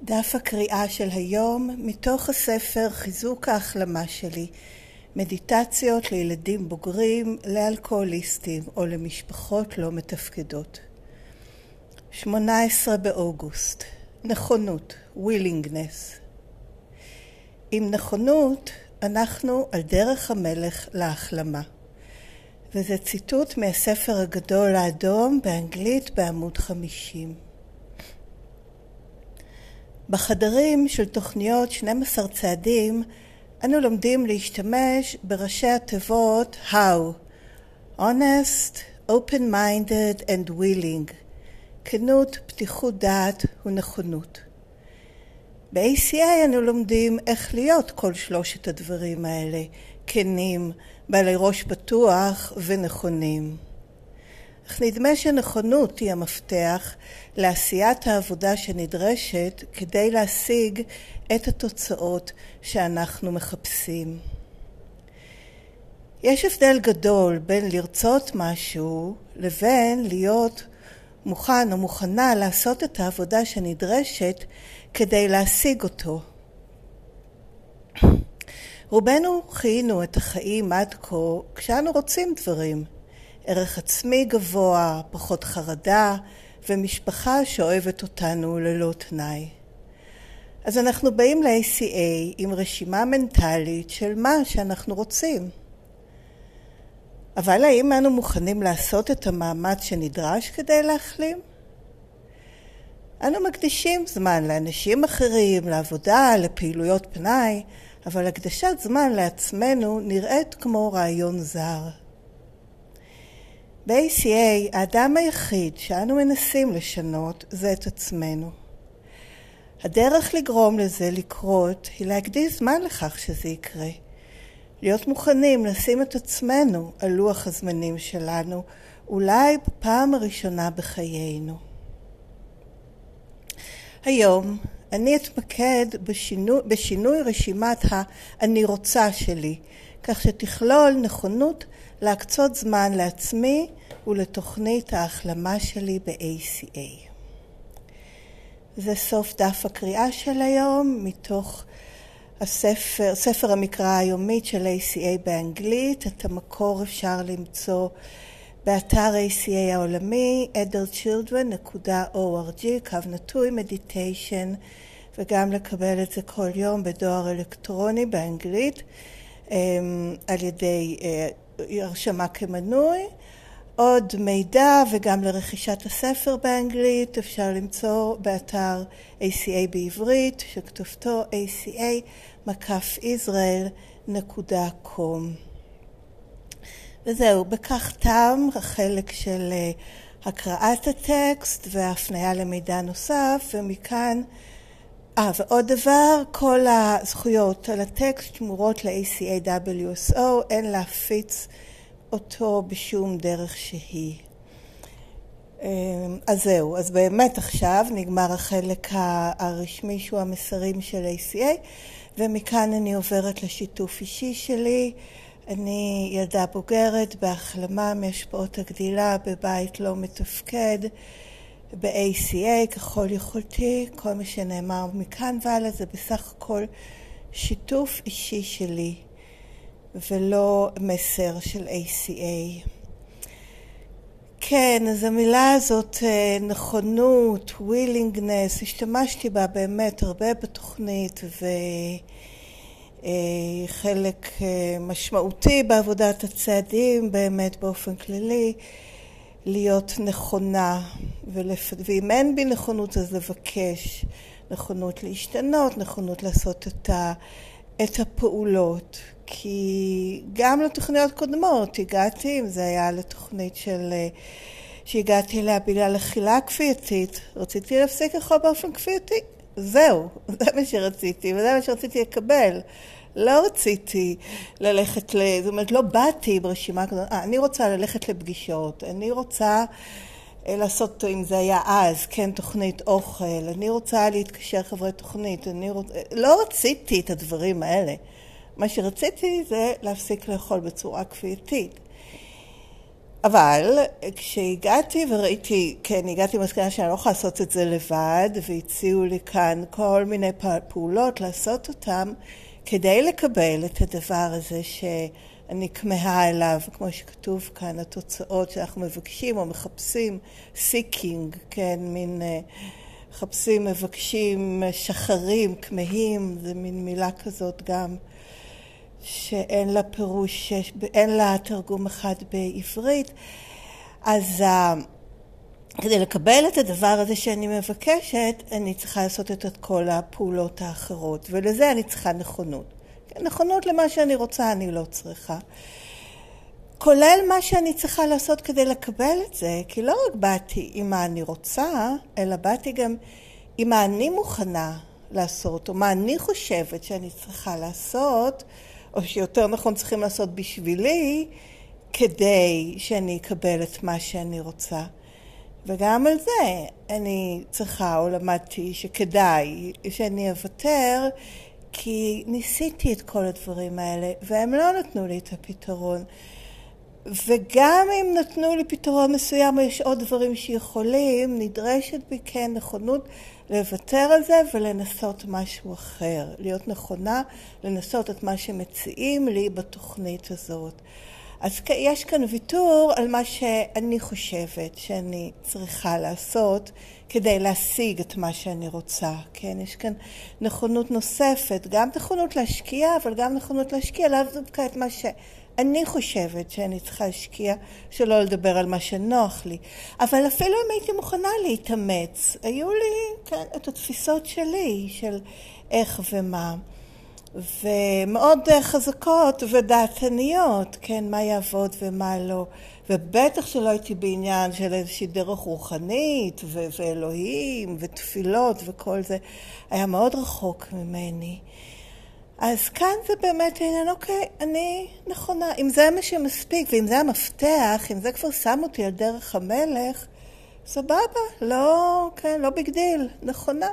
דף הקריאה של היום מתוך הספר חיזוק ההחלמה שלי, מדיטציות לילדים בוגרים, לאלכוהוליסטים או למשפחות לא מתפקדות. 18 באוגוסט, נכונות, willingness. עם נכונות אנחנו על דרך המלך להחלמה. וזה ציטוט מהספר הגדול האדום באנגלית בעמוד 50. בחדרים של תוכניות 12 צעדים אנו לומדים להשתמש בראשי התיבות how, honest, open-minded and willing, כנות, פתיחות דעת ונכונות. ב-ACA אנו לומדים איך להיות כל שלושת הדברים האלה, כנים, בעלי ראש פתוח ונכונים. אך נדמה שנכונות היא המפתח לעשיית העבודה שנדרשת כדי להשיג את התוצאות שאנחנו מחפשים. יש הבדל גדול בין לרצות משהו לבין להיות מוכן או מוכנה לעשות את העבודה שנדרשת כדי להשיג אותו. רובנו חיינו את החיים עד כה כשאנו רוצים דברים. ערך עצמי גבוה, פחות חרדה, ומשפחה שאוהבת אותנו ללא תנאי. אז אנחנו באים ל-ACA עם רשימה מנטלית של מה שאנחנו רוצים. אבל האם אנו מוכנים לעשות את המאמץ שנדרש כדי להחלים? אנו מקדישים זמן לאנשים אחרים, לעבודה, לפעילויות פנאי, אבל הקדשת זמן לעצמנו נראית כמו רעיון זר. ב-ACA האדם היחיד שאנו מנסים לשנות זה את עצמנו. הדרך לגרום לזה לקרות היא להקדיש זמן לכך שזה יקרה. להיות מוכנים לשים את עצמנו על לוח הזמנים שלנו, אולי בפעם הראשונה בחיינו. היום אני אתמקד בשינוי רשימת ה"אני רוצה" שלי, כך שתכלול נכונות להקצות זמן לעצמי ולתוכנית ההחלמה שלי ב-ACA. זה סוף דף הקריאה של היום מתוך ספר המקרא היומית של ACA באנגלית. את המקור אפשר למצוא באתר ACA העולמי adultchildren.org/meditation, וגם לקבל את זה כל יום בדואר אלקטרוני באנגלית על ידי הרשמה כמנוי. עוד מידע וגם לרכישת הספר באנגלית אפשר למצוא באתר ACA בעברית שכתובתו aca-israel.com. וזהו, בכך תם החלק של הקראת הטקסט וההפניה למידע נוסף, ומכאן ועוד דבר, כל הזכויות על הטקסט שמורות ל-ACA WSO, אין להפיץ אותו בשום דרך שהיא. אז זהו, אז באמת עכשיו נגמר החלק הרשמי שהוא המסרים של ACA, ומכאן אני עוברת לשיתוף אישי שלי. אני ילדה בוגרת בהחלמה מהשפעות הגדילה בבית לא מתפקד, ב-ACA ככל יכולתי. כל מה שנאמר מכאן והלאה זה בסך הכל שיתוף אישי שלי ולא מסר של ACA. כן, אז המילה הזאת, נכונות, willingness, השתמשתי בה באמת הרבה בתוכנית, וחלק משמעותי בעבודת הצעדים באמת באופן כללי, להיות נכונה, ואם אין בי נכונות אז לבקש נכונות להשתנות, נכונות לעשות את הפעולות. כי גם לתוכניות קודמות הגעתי, אם זה היה לתוכנית שהגעתי אליה בגלל אכילה כפייתית, רציתי להפסיק לאכול באופן כפייתי. זהו, זה מה שרציתי, וזה מה שרציתי לקבל. לא רציתי ללכת זאת אומרת, לא באתי ברשימה כזאת, אני רוצה ללכת לפגישות, אני רוצה לעשות, אם זה היה אז, כן, תוכנית אוכל, אני רוצה להתקשר חברי תוכנית, לא רציתי את הדברים האלה. מה שרציתי זה להפסיק לאכול בצורה כפייתית. אבל כשהגעתי וראיתי, כן, הגעתי למסקנה שאני לא יכולה לעשות את זה לבד, והציעו לי כאן כל מיני פעולות לעשות אותם, כדי לקבל את הדבר הזה שאני כמהה אליו, כמו שכתוב כאן, התוצאות שאנחנו מבקשים או מחפשים, seeking, כן, מין מחפשים, מבקשים, שחרים, כמהים, זה מין מילה כזאת גם, שאין לה פירוש, אין לה תרגום אחד בעברית. אז כדי לקבל את הדבר הזה שאני מבקשת, אני צריכה לעשות את כל הפעולות האחרות, ולזה אני צריכה נכונות. נכונות למה שאני רוצה אני לא צריכה. כולל מה שאני צריכה לעשות כדי לקבל את זה, כי לא רק באתי עם מה אני רוצה, אלא באתי גם עם מה אני מוכנה לעשות, או מה אני חושבת שאני צריכה לעשות, או שיותר נכון צריכים לעשות בשבילי, כדי שאני אקבל את מה שאני רוצה. וגם על זה אני צריכה, או למדתי שכדאי שאני אוותר, כי ניסיתי את כל הדברים האלה, והם לא נתנו לי את הפתרון. וגם אם נתנו לי פתרון מסוים, יש עוד דברים שיכולים, נדרשת בי כן נכונות לוותר על זה ולנסות משהו אחר. להיות נכונה, לנסות את מה שמציעים לי בתוכנית הזאת. אז יש כאן ויתור על מה שאני חושבת שאני צריכה לעשות כדי להשיג את מה שאני רוצה. כן, יש כאן נכונות נוספת, גם נכונות להשקיע, אבל גם נכונות להשקיע לאו דווקא את מה שאני חושבת שאני צריכה להשקיע, שלא לדבר על מה שנוח לי. אבל אפילו אם הייתי מוכנה להתאמץ, היו לי כן, את התפיסות שלי של איך ומה. ומאוד חזקות ודעתניות, כן, מה יעבוד ומה לא. ובטח שלא הייתי בעניין של איזושהי דרך רוחנית ואלוהים ותפילות וכל זה. היה מאוד רחוק ממני. אז כאן זה באמת עניין, אוקיי, אני נכונה. אם זה מה שמספיק ואם זה המפתח, אם זה כבר שם אותי על דרך המלך, סבבה, לא, כן, לא ביג דיל, נכונה.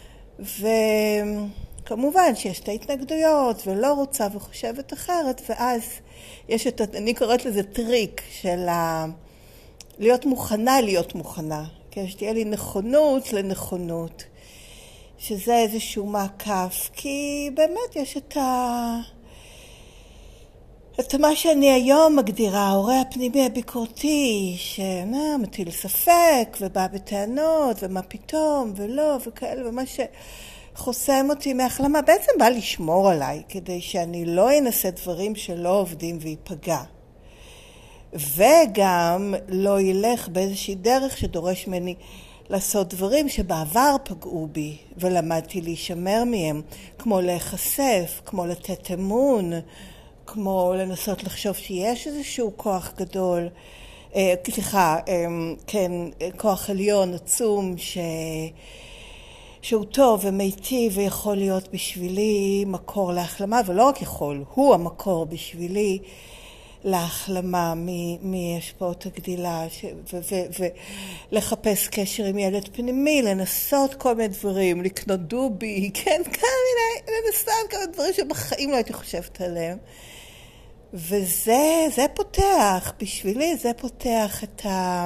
כמובן שיש את ההתנגדויות ולא רוצה וחושבת אחרת, ואז יש את, אני קוראת לזה טריק של להיות מוכנה, כן, שתהיה לי נכונות לנכונות, שזה איזשהו מעקף, כי באמת יש את מה שאני היום מגדירה, ההורה הפנימי הביקורתי, שמטיל ספק ובא בטענות ומה פתאום ולא וכאלה, ומה חוסם אותי מהחלמה, בעצם בא לשמור עליי, כדי שאני לא אנסה דברים שלא עובדים ויפגע. וגם לא ילך באיזושהי דרך שדורש ממני לעשות דברים שבעבר פגעו בי, ולמדתי להישמר מהם, כמו להיחשף, כמו לתת אמון, כמו לנסות לחשוב שיש איזשהו כוח גדול, כן, כוח עליון עצום שהוא טוב ומיטיב ויכול להיות בשבילי מקור להחלמה, ולא רק יכול, הוא המקור בשבילי להחלמה מהשפעות הגדילה, ולחפש קשר עם ילד פנימי, לנסות כל מיני דברים, לקנות דובי, כן, לנסות כמה דברים שבחיים לא הייתי חושבת עליהם. וזה פותח, בשבילי זה פותח את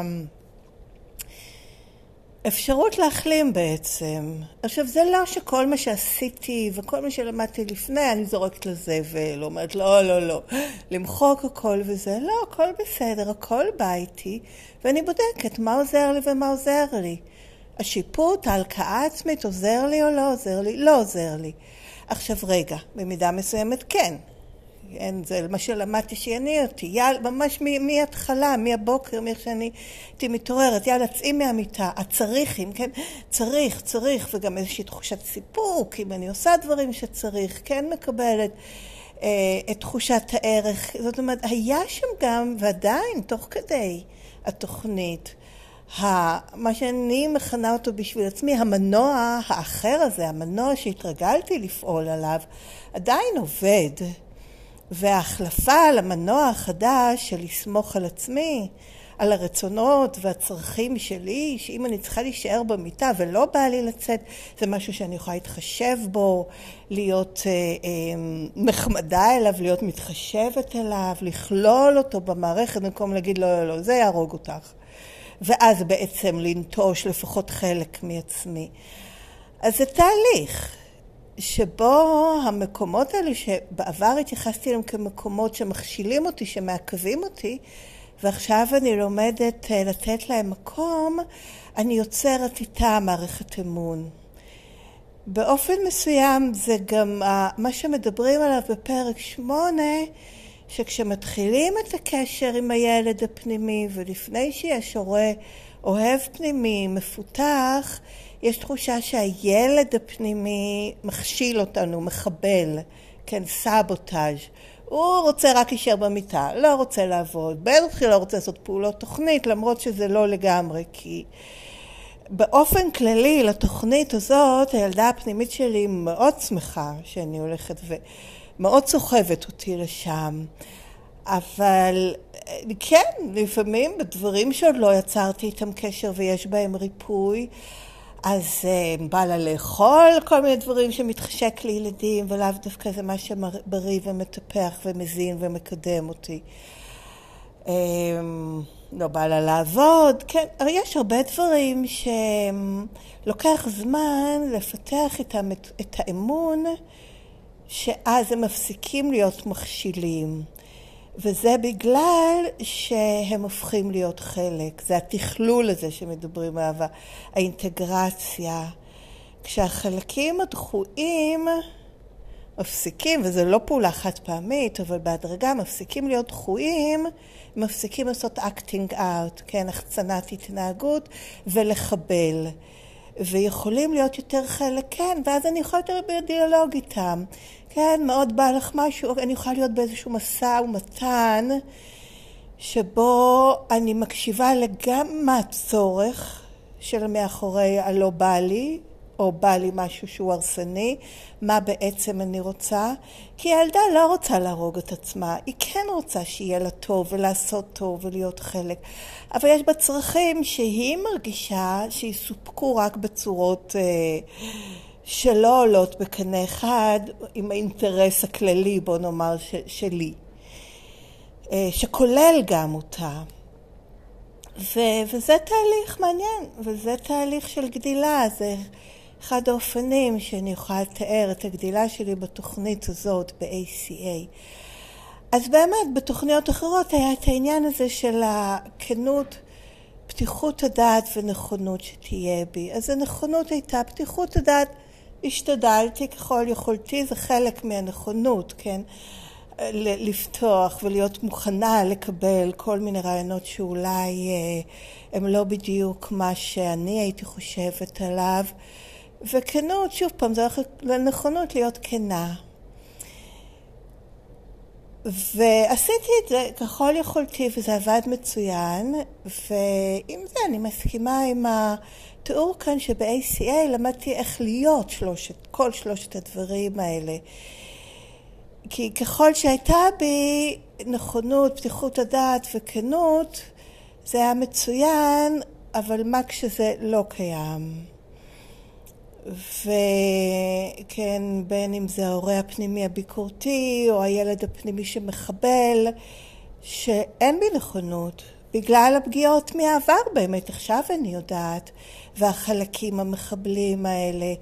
אפשרות להחלים בעצם. עכשיו, זה לא שכל מה שעשיתי וכל מה שלמדתי לפני, אני זורקת לזבל, אומרת, לא, למחוק הכל וזה, לא, הכל בסדר, הכל בא איתי, ואני בודקת מה עוזר לי ומה עוזר לי. השיפוט, ההלקאה עצמית, עוזר לי או לא עוזר לי? לא עוזר לי. עכשיו, רגע, במידה מסוימת כן. זה מה שלמדתי שיניע אותי, ממש מההתחלה, מהבוקר, מאיך שאני הייתי מתעוררת, יאללה, צאי מהמיטה, הצריכים, כן? צריך, וגם איזושהי תחושת סיפוק, אם אני עושה דברים שצריך, כן מקבלת את תחושת הערך. זאת אומרת, היה שם גם, ועדיין, תוך כדי התוכנית, מה שאני מכנה אותו בשביל עצמי, המנוע האחר הזה, המנוע שהתרגלתי לפעול עליו, עדיין עובד. וההחלפה למנוע החדש של לסמוך על עצמי, על הרצונות והצרכים שלי, שאם אני צריכה להישאר במיטה ולא בא לי לצאת, זה משהו שאני יכולה להתחשב בו, להיות נחמדה אליו, להיות מתחשבת אליו, לכלול אותו במערכת, במקום להגיד לא, לא, לא, זה יהרוג אותך. ואז בעצם לנטוש לפחות חלק מעצמי. אז זה תהליך שבו המקומות האלה שבעבר התייחסתי אליהם כמקומות שמכשילים אותי, שמעכבים אותי, ועכשיו אני לומדת לתת להם מקום, אני יוצרת איתה מערכת אמון. באופן מסוים זה גם מה שמדברים עליו בפרק 8, שכשמתחילים את הקשר עם הילד הפנימי, ולפני שיש הורה אוהב פנימי, מפותח, יש תחושה שהילד הפנימי מכשיל אותנו, מחבל, כן, סבוטאז'. הוא רוצה רק להישאר במיטה, לא רוצה לעבוד, בטח לא רוצה לעשות פעולות תוכנית, למרות שזה לא לגמרי, כי באופן כללי לתוכנית הזאת, הילדה הפנימית שלי מאוד שמחה שאני הולכת ומאוד סוחבת אותי לשם. אבל כן, לפעמים בדברים שעוד לא יצרתי איתם קשר ויש בהם ריפוי, אז בא לה לאכול כל מיני דברים שמתחשק לילדים, ולאו דווקא זה מה שבריא ומטפח ומזין ומקדם אותי. לא בא לה לעבוד, כן, אבל יש הרבה דברים שלוקח זמן לפתח את האמון, שאז הם מפסיקים להיות מכשילים. וזה בגלל שהם הופכים להיות חלק. זה התכלול הזה שמדברים עליו, האינטגרציה. כשהחלקים הדחויים מפסיקים, וזה לא פעולה חד פעמית, אבל בהדרגה מפסיקים להיות דחויים, מפסיקים לעשות acting out, כן, החצנת התנהגות ולחבל. ויכולים להיות יותר חלק, כן, ואז אני יכולה יותר בדיאלוג איתם. כן, מאוד בא לך משהו, אני יכולה להיות באיזשהו מסע ומתן, שבו אני מקשיבה גם מה הצורך של מאחורי הלא בא לי, או בא לי משהו שהוא הרסני, מה בעצם אני רוצה. כי הילדה לא רוצה להרוג את עצמה, היא כן רוצה שיהיה לה טוב ולעשות טוב ולהיות חלק. אבל יש בה צרכים שהיא מרגישה שיסופקו רק בצורות שלא עולות בקנה אחד עם האינטרס הכללי, בוא נאמר, שלי. שכולל גם אותה. וזה תהליך מעניין, וזה תהליך של גדילה, זה אחד האופנים שאני יכולה לתאר את הגדילה שלי בתוכנית הזאת, ב-ACA. אז באמת בתוכניות אחרות היה את העניין הזה של הכנות, פתיחות הדעת ונכונות שתהיה בי. אז הנכונות הייתה פתיחות הדעת, השתדלתי ככל יכולתי, זה חלק מהנכונות, כן? לפתוח ולהיות מוכנה לקבל כל מיני רעיונות שאולי הם לא בדיוק מה שאני הייתי חושבת עליו. וכנות, שוב פעם, זה לנכונות להיות כנה. ועשיתי את זה ככל יכולתי, וזה עבד מצוין, ועם זה אני מסכימה עם התיאור כאן שב-ACA למדתי איך להיות כל שלושת הדברים האלה. כי ככל שהייתה בי נכונות, פתיחות הדעת וכנות, זה היה מצוין, אבל מה כשזה לא קיים? וכן, בין אם זה ההורה הפנימי הביקורתי, או הילד הפנימי שמחבל, שאין בי נכונות, בגלל הפגיעות מהעבר באמת, עכשיו אני יודעת, והחלקים המחבלים האלה,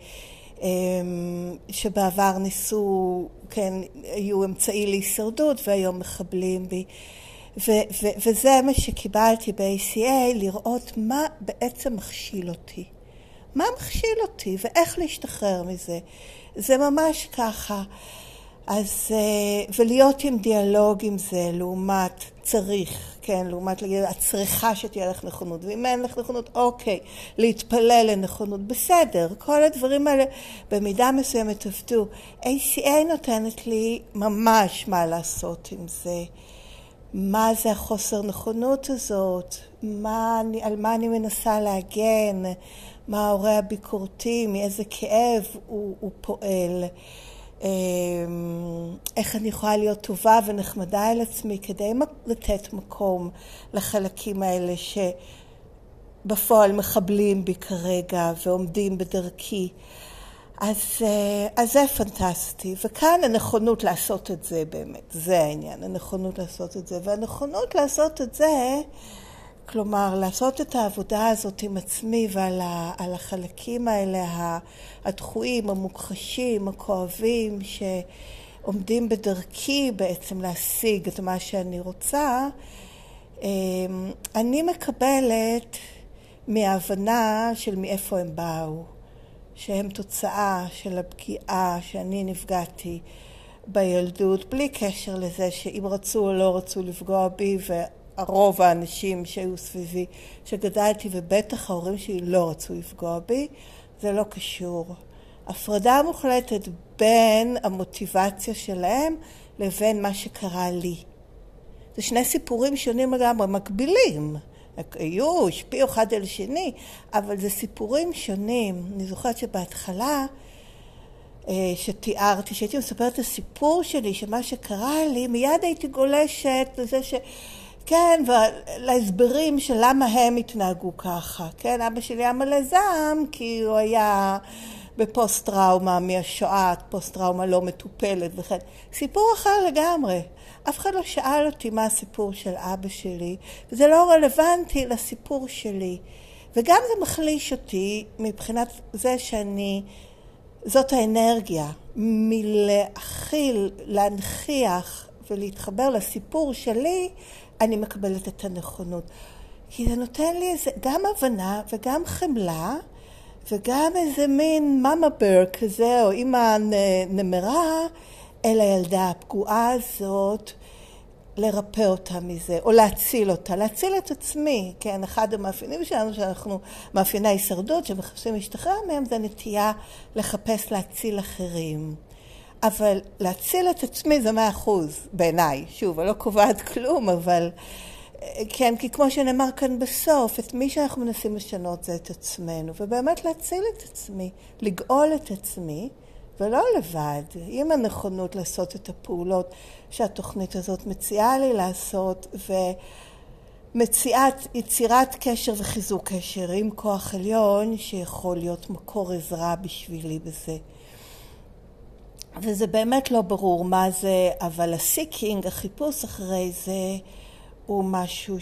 שבעבר ניסו, כן, היו אמצעי להישרדות, והיום מחבלים בי. וזה מה שקיבלתי ב-ACA, לראות מה בעצם מכשיל אותי. מה מכשיל אותי ואיך להשתחרר מזה. זה ממש ככה. אז, ולהיות עם דיאלוג עם זה, לעומת צריך, כן, לעומת להגיד, הצריכה שתהיה לך נכונות, ואם אין לך נכונות, אוקיי, להתפלל לנכונות, בסדר, כל הדברים האלה במידה מסוימת עבדו. ACA נותנת לי ממש מה לעשות עם זה. מה זה החוסר נכונות הזאת? על מה אני מנסה להגן? מה ההורה הביקורתי, מאיזה כאב הוא פועל? איך אני יכולה להיות טובה ונחמדה אל עצמי כדי לתת מקום לחלקים האלה שבפועל מחבלים בי כרגע ועומדים בדרכי. אז זה פנטסטי, וכאן הנכונות לעשות את זה באמת, זה העניין, הנכונות לעשות את זה, והנכונות לעשות את זה, כלומר לעשות את העבודה הזאת עם עצמי ועל החלקים האלה הדחויים, המוכחשים, הכואבים, שעומדים בדרכי בעצם להשיג את מה שאני רוצה, אני מקבלת מההבנה של מאיפה הם באו. שהם תוצאה של הפגיעה שאני נפגעתי בילדות, בלי קשר לזה שאם רצו או לא רצו לפגוע בי, והרוב האנשים שהיו סביבי שגדלתי, ובטח ההורים שלי לא רצו לפגוע בי, זה לא קשור. הפרדה מוחלטת בין המוטיבציה שלהם לבין מה שקרה לי. זה שני סיפורים שונים לגמרי, מקבילים. היו, השפיעו אחד על שני, אבל זה סיפורים שונים. אני זוכרת שבהתחלה שתיארתי, שהייתי מספרת את הסיפור שלי, שמה שקרה לי, מיד הייתי גולשת לזה כן, ולהסברים של למה הם התנהגו ככה. כן, אבא שלי היה מלא זעם, כי הוא היה בפוסט טראומה מהשואה, פוסט טראומה לא מטופלת וכן. סיפור אחר לגמרי. אף אחד לא שאל אותי מה הסיפור של אבא שלי, וזה לא רלוונטי לסיפור שלי. וגם זה מחליש אותי מבחינת זה זאת האנרגיה, מלהכיל, להנכיח ולהתחבר לסיפור שלי, אני מקבלת את הנכונות. כי זה נותן לי גם הבנה וגם חמלה, וגם איזה מין מאמה בר כזה, או אמא נמרה, אל הילדה הפגועה הזאת, לרפא אותה מזה, או להציל אותה, להציל את עצמי. כן, אחד המאפיינים שלנו, שאנחנו מאפייני הישרדות, שמחפשים להשתחרר מהם, זה נטייה לחפש להציל אחרים. אבל להציל את עצמי זה 100% בעיניי. שוב, אני לא קובעת כלום, אבל כן, כי כמו שנאמר כאן בסוף, את מי שאנחנו מנסים לשנות זה את עצמנו, ובאמת להציל את עצמי, לגאול את עצמי, ולא לבד, עם הנכונות לעשות את הפעולות שהתוכנית הזאת מציעה לי לעשות, ומציאת יצירת קשר וחיזוק קשר עם כוח עליון, שיכול להיות מקור עזרה בשבילי בזה. וזה באמת לא ברור מה זה, אבל הסיקינג, החיפוש אחרי זה, הוא משהו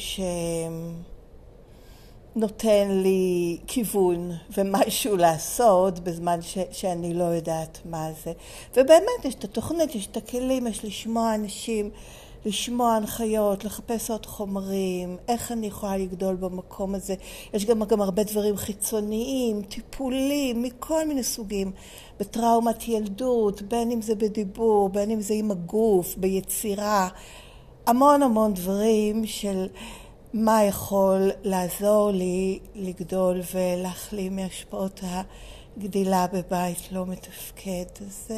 שנותן לי כיוון ומשהו לעשות בזמן שאני לא יודעת מה זה. ובאמת יש את התוכנית, יש את הכלים, יש לשמוע אנשים, לשמוע הנחיות, לחפש עוד חומרים, איך אני יכולה לגדול במקום הזה. יש גם הרבה דברים חיצוניים, טיפולים, מכל מיני סוגים, בטראומת ילדות, בין אם זה בדיבור, בין אם זה עם הגוף, ביצירה, המון דברים של מה יכול לעזור לי לגדול ולהחלים מהשפעות הגדילה בבית לא מתפקד. אז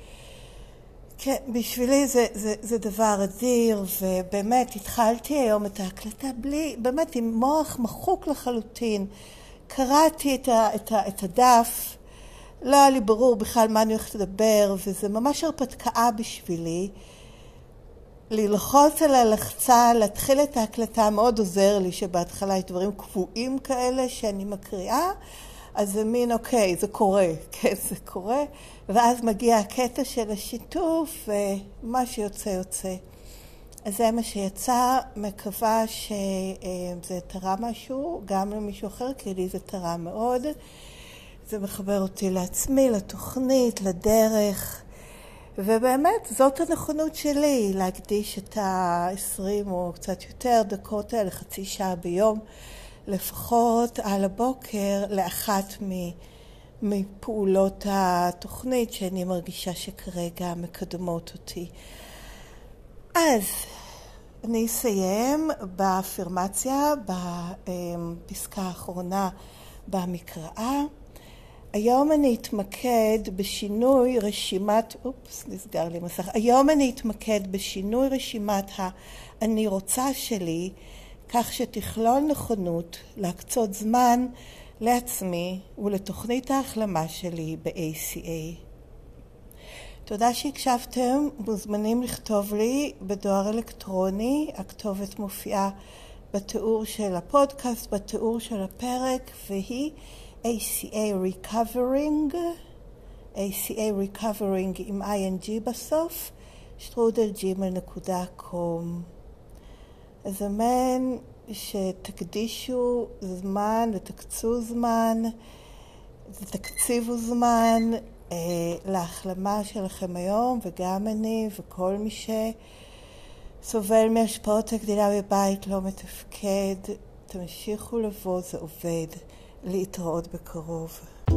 כן, בשבילי זה דבר אדיר, ובאמת התחלתי היום את ההקלטה באמת עם מוח מחוק לחלוטין. קראתי את הדף, לא היה לי ברור בכלל מה אני הולכת לדבר, וזה ממש הרפתקה בשבילי. ללחוץ על הלחצה, להתחיל את ההקלטה מאוד עוזר לי, שבהתחלה יש דברים קבועים כאלה שאני מקריאה, אז זה מין אוקיי, זה קורה, כן, זה קורה, ואז מגיע הקטע של השיתוף, ומה שיוצא יוצא. אז זה מה שיצא, מקווה שזה תרם משהו, גם למישהו אחר, כי לי זה תרם מאוד. זה מחבר אותי לעצמי, לתוכנית, לדרך, ובאמת זאת הנכונות שלי, להקדיש את ה-20 או קצת יותר דקות האלה, חצי שעה ביום, לפחות על הבוקר, לאחת מפעולות התוכנית שאני מרגישה שכרגע מקדמות אותי. אז אני אסיים באפירמציה, בפסקה האחרונה במקראה. היום אני אתמקד בשינוי רשימת, נסגר לי מסך. היום אני אתמקד בשינוי רשימת אני רוצה שלי, כך שתכלול נכונות להקצות זמן לעצמי ולתוכנית ההחלמה שלי ב-ACA. תודה שהקשבתם, מוזמנים לכתוב לי בדואר אלקטרוני, הכתובת מופיעה בתיאור של הפודקאסט, בתיאור של הפרק, והיא ACA Recovering עם ING בסוף, @gmail.com. אזמן שתקדישו זמן ותקצו זמן ותקציבו זמן להחלמה שלכם היום, וגם אני וכל מי שסובל מהשפעות הגדילה בבית לא מתפקד. תמשיכו לבוא, זה עובד. להתראות בקרוב.